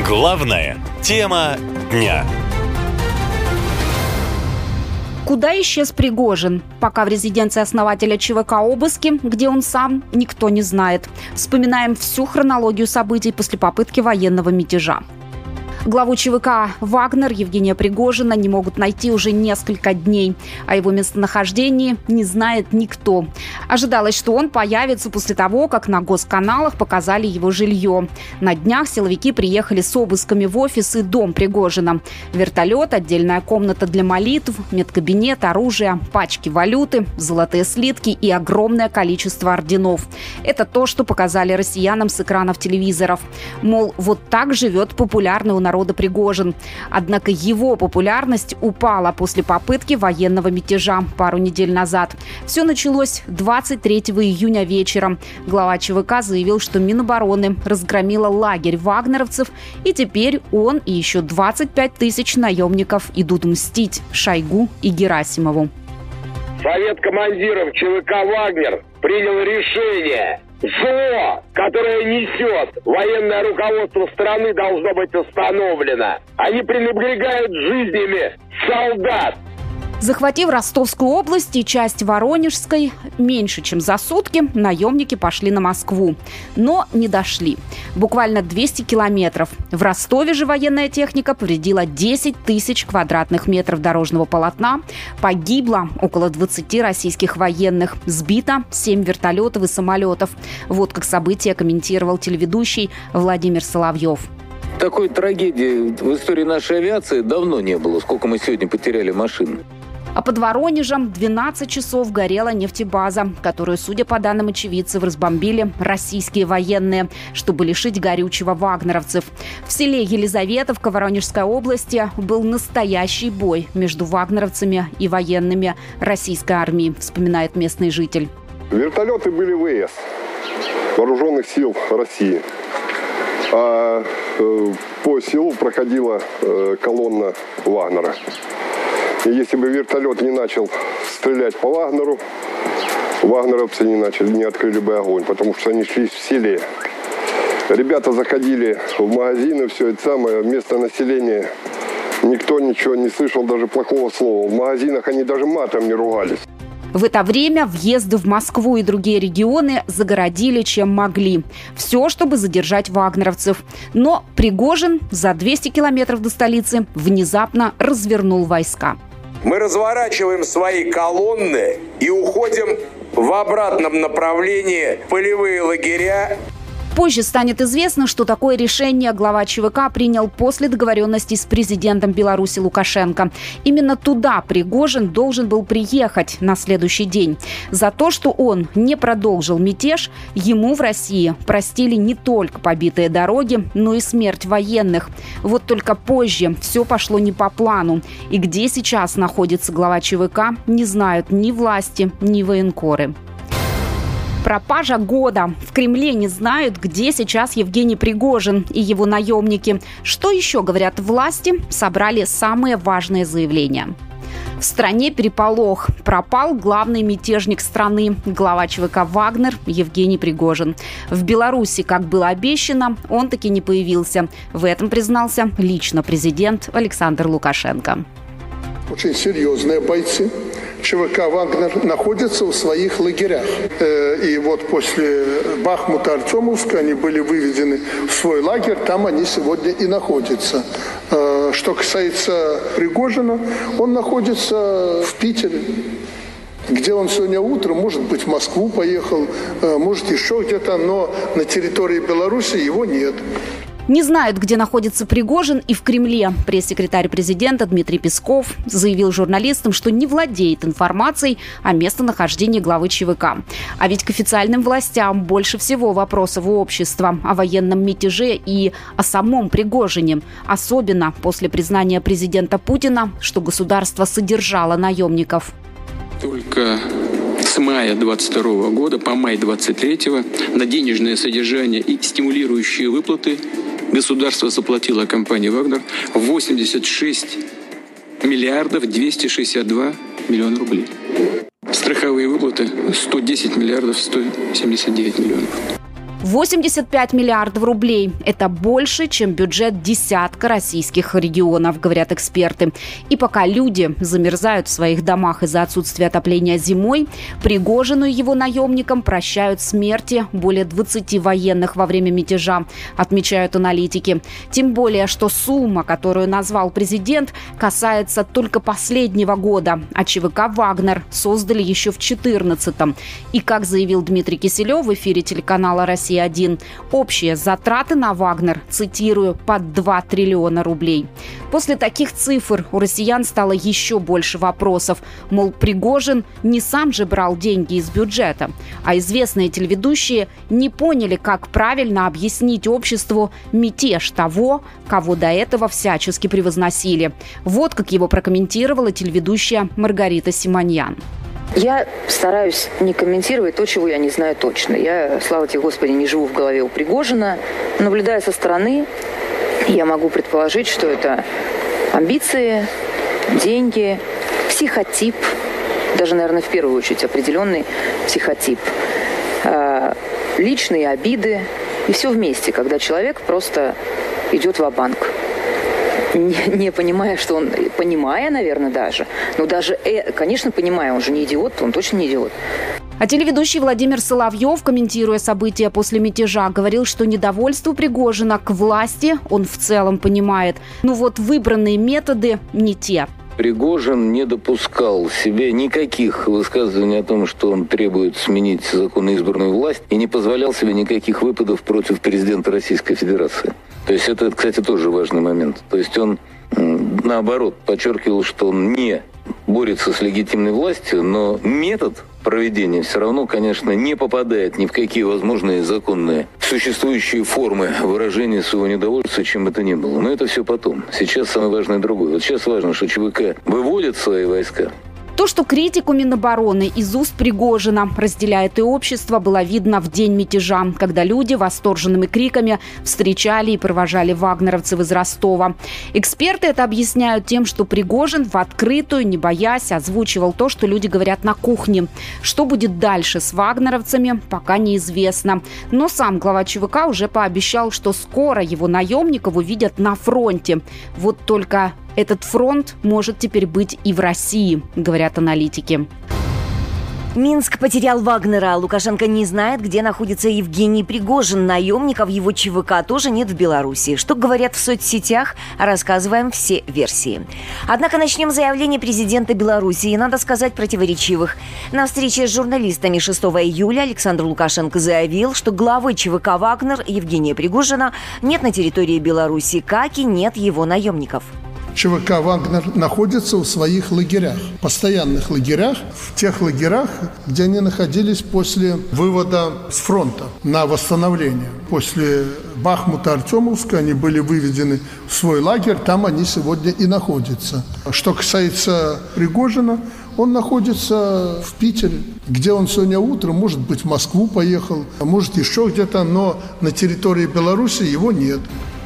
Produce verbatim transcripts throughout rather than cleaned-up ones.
Главная тема дня. Куда исчез Пригожин? Пока в резиденции основателя ЧВК обыски, где он сам, никто не знает. Вспоминаем всю хронологию событий после попытки военного мятежа. Главу ЧВК «Вагнер» Евгения Пригожина не могут найти уже несколько дней. О его местонахождении не знает никто. Ожидалось, что он появится после того, как на госканалах показали его жилье. На днях силовики приехали с обысками в офис и дом Пригожина. Вертолет, отдельная комната для молитв, медкабинет, оружие, пачки валюты, золотые слитки и огромное количество орденов. Это то, что показали россиянам с экранов телевизоров. Мол, вот так живет популярный у народа Пригожин. Однако его популярность упала после попытки военного мятежа пару недель назад. Все началось двадцать третьего июня вечером. Глава ЧВК заявил, что Минобороны разгромила лагерь вагнеровцев, и теперь он и еще двадцать пять тысяч наемников идут мстить Шойгу и Герасимову. Совет командиров ЧВК «Вагнер» принял решение. Зло, которое несет военное руководство страны, должно быть остановлено. Они пренебрегают жизнями солдат. Захватив Ростовскую область и часть Воронежской, меньше чем за сутки наемники пошли на Москву. Но не дошли. Буквально двести километров. В Ростове же военная техника повредила десять тысяч квадратных метров дорожного полотна. Погибло около двадцати российских военных. Сбито семь вертолетов и самолетов. Вот как события комментировал телеведущий Владимир Соловьев. Такой трагедии в истории нашей авиации давно не было, сколько мы сегодня потеряли машин. А под Воронежем двенадцать часов горела нефтебаза, которую, судя по данным очевидцев, разбомбили российские военные, чтобы лишить горючего вагнеровцев. В селе Елизаветовка Воронежской области был настоящий бой между вагнеровцами и военными российской армии, вспоминает местный житель. Вертолеты были ВС, Вооруженных сил России. А э, по селу проходила э, колонна Вагнера. И если бы вертолет не начал стрелять по Вагнеру, вагнеровцы не начали, не открыли бы огонь, потому что они шли в селе. Ребята заходили в магазины, все это самое, местное население, никто ничего не слышал, даже плохого слова. В магазинах они даже матом не ругались. В это время въезды в Москву и другие регионы загородили, чем могли. Все, чтобы задержать вагнеровцев. Но Пригожин за двести километров до столицы внезапно развернул войска. Мы разворачиваем свои колонны и уходим в обратном направлении в полевые лагеря. Позже станет известно, что такое решение глава ЧВК принял после договоренности с президентом Беларуси Лукашенко. Именно туда Пригожин должен был приехать на следующий день. За то, что он не продолжил мятеж, ему в России простили не только побитые дороги, но и смерть военных. Вот только позже все пошло не по плану. И где сейчас находится глава ЧВК, не знают ни власти, ни военкоры. Пропажа года. В Кремле не знают, где сейчас Евгений Пригожин и его наемники. Что еще говорят власти? Собрали самые важные заявления. В стране переполох. Пропал главный мятежник страны, глава ЧВК «Вагнер» Евгений Пригожин. В Беларуси, как было обещано, он таки не появился. В этом признался лично президент Александр Лукашенко. Очень серьезные бойцы ЧВК «Вагнер» находятся в своих лагерях. И вот после Бахмута, Артемовска они были выведены в свой лагерь, там они сегодня и находятся. Что касается Пригожина, он находится в Питере, где он сегодня утром, может быть, в Москву поехал, может, еще где-то, но на территории Беларуси его нет. Не знают, где находится Пригожин и в Кремле. Пресс-секретарь президента Дмитрий Песков заявил журналистам, что не владеет информацией о местонахождении главы ЧВК. А ведь к официальным властям больше всего вопросов у общества о военном мятеже и о самом Пригожине. Особенно после признания президента Путина, что государство содержало наемников. Только с мая двадцать второго года по май двадцать третьего на денежное содержание и стимулирующие выплаты государство заплатило компании «Вагнер» восемьдесят шесть миллиардов двести шестьдесят два миллиона рублей. Страховые выплаты сто десять миллиардов сто семьдесят девять миллионов. восемьдесят пять миллиардов рублей – это больше, чем бюджет десятка российских регионов, говорят эксперты. И пока люди замерзают в своих домах из-за отсутствия отопления зимой, Пригожину и его наемникам прощают смерти более двадцати военных во время мятежа, отмечают аналитики. Тем более, что сумма, которую назвал президент, касается только последнего года, а ЧВК «Вагнер» создали еще в две тысячи четырнадцатом. И, как заявил Дмитрий Киселев в эфире телеканала «Россия-один», общие затраты на «Вагнер», цитирую, под два триллиона рублей. После таких цифр у россиян стало еще больше вопросов. Мол, Пригожин не сам же брал деньги из бюджета. А известные телеведущие не поняли, как правильно объяснить обществу мятеж того, кого до этого всячески превозносили. Вот как его прокомментировала телеведущая Маргарита Симоньян. Я стараюсь не комментировать то, чего я не знаю точно. Я, слава тебе, Господи, не живу в голове у Пригожина. Наблюдая со стороны, я могу предположить, что это амбиции, деньги, психотип, даже, наверное, в первую очередь определенный психотип, личные обиды и все вместе, когда человек просто идет ва-банк. Не, не понимая, что он... Понимая, наверное, даже. Но даже, э, конечно, понимая, он же не идиот, он точно не идиот. А телеведущий Владимир Соловьев, комментируя события после мятежа, говорил, что недовольство Пригожина к власти он в целом понимает. Но вот выбранные методы не те. Пригожин не допускал себе никаких высказываний о том, что он требует сменить законно избранную власть, и не позволял себе никаких выпадов против президента Российской Федерации. То есть это, кстати, тоже важный момент. То есть он, наоборот, подчеркивал, что он не борется с легитимной властью, но метод проведения все равно, конечно, не попадает ни в какие возможные законные существующие формы выражения своего недовольства, чем бы то ни было. Но это все потом. Сейчас самое важное другое. Вот сейчас важно, что ЧВК выводит свои войска. То, что критику Минобороны из уст Пригожина разделяет и общество, было видно в день мятежа, когда люди восторженными криками встречали и провожали вагнеровцев из Ростова. Эксперты это объясняют тем, что Пригожин в открытую, не боясь, озвучивал то, что люди говорят на кухне. Что будет дальше с вагнеровцами, пока неизвестно. Но сам глава ЧВК уже пообещал, что скоро его наемников увидят на фронте. Вот только... Этот фронт может теперь быть и в России, говорят аналитики. Минск потерял Вагнера. Лукашенко не знает, где находится Евгений Пригожин. Наемников его ЧВК тоже нет в Беларуси. Что говорят в соцсетях, рассказываем все версии. Однако начнем с заявления президента Беларуси, надо сказать, противоречивых. На встрече с журналистами шестого июля Александр Лукашенко заявил, что главы ЧВК «Вагнер» Евгения Пригожина нет на территории Беларуси, как и нет его наемников. ЧВК «Вагнер» находится в своих лагерях, постоянных лагерях, в тех лагерях, где они находились после вывода с фронта на восстановление. После Бахмута, Артемовска они были выведены в свой лагерь, там они сегодня и находятся. Что касается Пригожина, он находится в Питере, где он сегодня утром, может быть, в Москву поехал, а может еще где-то, но на территории Беларуси его нет.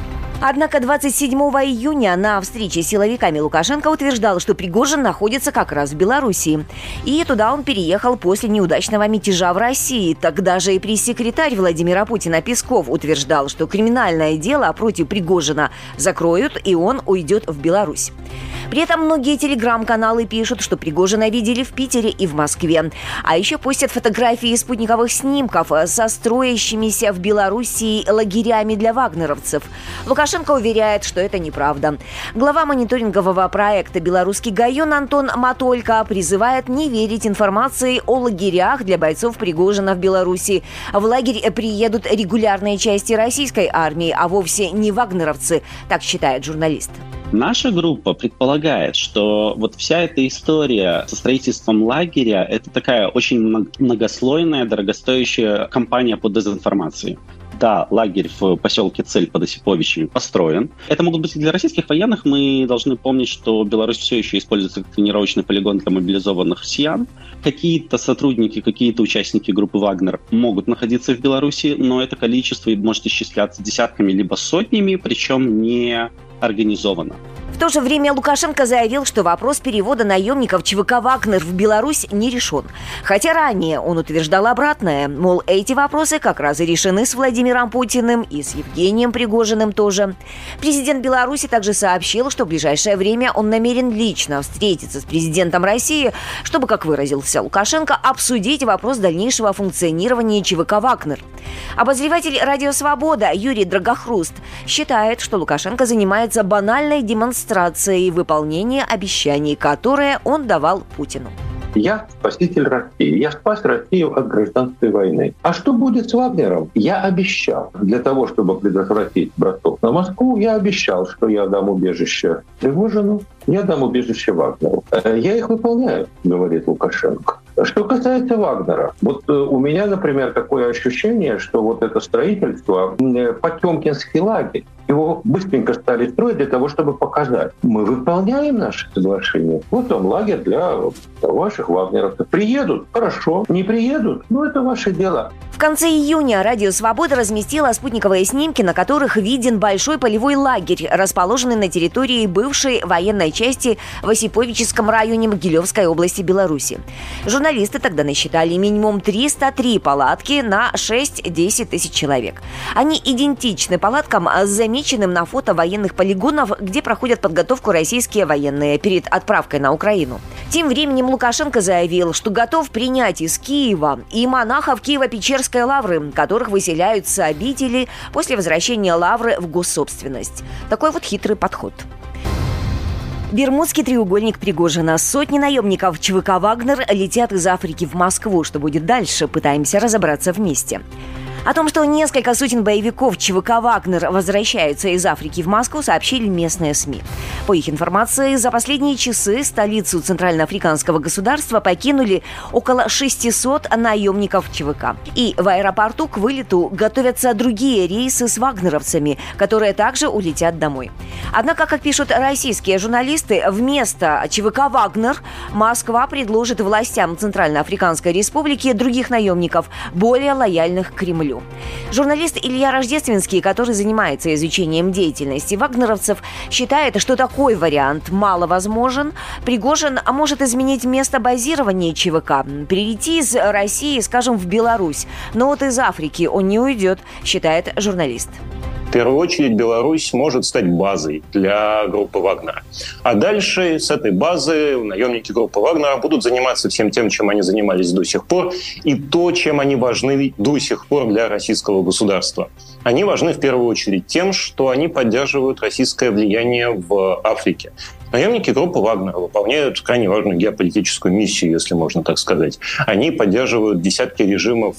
Однако двадцать седьмого июня на встрече с силовиками Лукашенко утверждал, что Пригожин находится как раз в Беларуси. И туда он переехал после неудачного мятежа в России. Тогда же и пресс-секретарь Владимира Путина Песков утверждал, что криминальное дело против Пригожина закроют, и он уйдет в Беларусь. При этом многие телеграм-каналы пишут, что Пригожина видели в Питере и в Москве. А еще постят фотографии спутниковых снимков со строящимися в Белоруссии лагерями для вагнеровцев. Лукашенко уверяет, что это неправда. Глава мониторингового проекта «Белорусский Гайон» Антон Матолько призывает не верить информации о лагерях для бойцов Пригожина в Беларуси. В лагерь приедут регулярные части российской армии, а вовсе не вагнеровцы, так считает журналист. Наша группа предполагает, что вот вся эта история со строительством лагеря – это такая очень многослойная, дорогостоящая кампания по дезинформации. Да, лагерь в поселке Цель под Осиповичами построен. Это могут быть и для российских военных. Мы должны помнить, что Беларусь все еще используется как тренировочный полигон для мобилизованных россиян. Какие-то сотрудники, какие-то участники группы «Вагнер» могут находиться в Беларуси, но это количество может исчисляться десятками либо сотнями, причем не организованно. В то же время Лукашенко заявил, что вопрос перевода наемников ЧВК «Вагнер» в Беларусь не решен. Хотя ранее он утверждал обратное, мол, эти вопросы как раз и решены с Владимиром Путиным и с Евгением Пригожиным тоже. Президент Беларуси также сообщил, что в ближайшее время он намерен лично встретиться с президентом России, чтобы, как выразился Лукашенко, обсудить вопрос дальнейшего функционирования ЧВК «Вагнер». Обозреватель «Радио Свобода» Юрий Драгохруст считает, что Лукашенко занимается банальной демонстрацией выполнения обещаний, которые он давал Путину. Я спаситель России. Я спас Россию от гражданской войны. А что будет с Вагнером? Я обещал. Для того, чтобы предотвратить бросок на Москву, я обещал, что я дам убежище Пригожину, я дам убежище Вагнеру. Я их выполняю, говорит Лукашенко. Что касается Вагнера, вот у меня, например, такое ощущение, что вот это строительство, Потёмкинский лагерь, его быстренько стали строить для того, чтобы показать, мы выполняем наши соглашения. Вот он, лагерь для ваших вагнеровцев. Приедут? Хорошо. Не приедут? Ну, это ваше дело. В конце июня Радио Свобода разместило спутниковые снимки, на которых виден большой полевой лагерь, расположенный на территории бывшей военной части в Осиповическом районе Могилевской области Беларуси. Журналисты тогда насчитали минимум триста три палатки на шесть-десять тысяч человек. Они идентичны палаткам, замеченным на фото военных полигонов, где проходят подготовку российские военные перед отправкой на Украину. Тем временем Лукашенко заявил, что готов принять из Киева и монахов Киево-Печерской лавры, которых выселяют с обители после возвращения лавры в госсобственность. Такой вот хитрый подход. Бермудский треугольник Пригожина. Сотни наемников ЧВК «Вагнер» летят из Африки в Москву. Что будет дальше? Пытаемся разобраться вместе. О том, что несколько сотен боевиков ЧВК «Вагнер» возвращаются из Африки в Москву, сообщили местные СМИ. По их информации, за последние часы столицу центральноафриканского государства покинули около шестисот наемников ЧВК. И в аэропорту к вылету готовятся другие рейсы с вагнеровцами, которые также улетят домой. Однако, как пишут российские журналисты, вместо ЧВК «Вагнер» Москва предложит властям Центральноафриканской республики других наемников, более лояльных к Кремлю. Журналист Илья Рождественский, который занимается изучением деятельности вагнеровцев, считает, что такой вариант маловозможен. Пригожин может изменить место базирования ЧВК, перейти из России, скажем, в Беларусь. Но вот из Африки он не уйдет, считает журналист. В первую очередь Беларусь может стать базой для группы Вагнера. А дальше с этой базы наемники группы Вагнера будут заниматься всем тем, чем они занимались до сих пор, и то, чем они важны до сих пор для российского государства. Они важны в первую очередь тем, что они поддерживают российское влияние в Африке. Наемники группы Вагнера выполняют крайне важную геополитическую миссию, если можно так сказать. Они поддерживают десятки режимов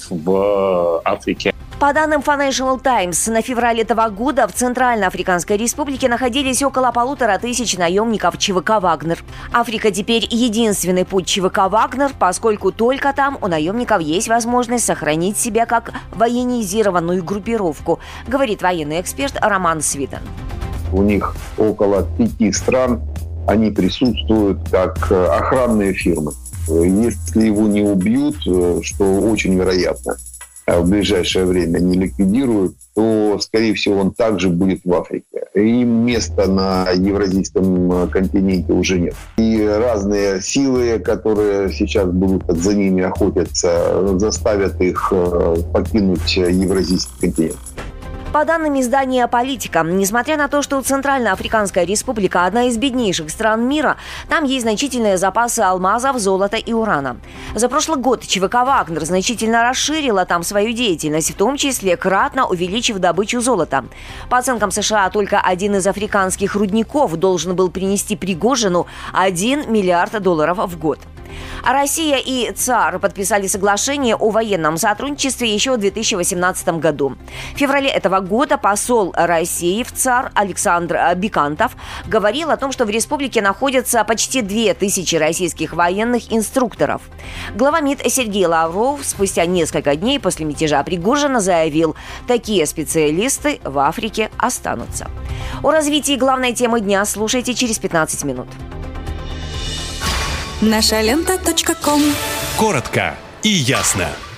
в Африке. По данным Financial Times, на февраль этого года в Центральноафриканской республике находились около полутора тысяч наемников ЧВК «Вагнер». Африка теперь единственный путь ЧВК «Вагнер», поскольку только там у наемников есть возможность сохранить себя как военизированную группировку, говорит военный эксперт Роман Свитен. У них около пяти стран, они присутствуют как охранные фирмы. Если его не убьют, что очень вероятно, в ближайшее время не ликвидируют, то, скорее всего, он также будет в Африке. Им места на евразийском континенте уже нет. И разные силы, которые сейчас будут за ними охотиться, заставят их покинуть евразийский континент. По данным издания «Политика», несмотря на то, что Центральноафриканская республика – одна из беднейших стран мира, там есть значительные запасы алмазов, золота и урана. За прошлый год ЧВК «Вагнер» значительно расширила там свою деятельность, в том числе кратно увеличив добычу золота. По оценкам США, только один из африканских рудников должен был принести Пригожину один миллиард долларов в год. А Россия и ЦАР подписали соглашение о военном сотрудничестве еще в две тысячи восемнадцатом году. В феврале этого года посол России в ЦАР Александр Бикантов говорил о том, что в республике находятся почти две тысячи российских военных инструкторов. Глава МИД Сергей Лавров спустя несколько дней после мятежа Пригожина заявил, такие специалисты в Африке останутся. О развитии главной темы дня слушайте через пятнадцать минут. наша лента точка ком. Коротко и ясно.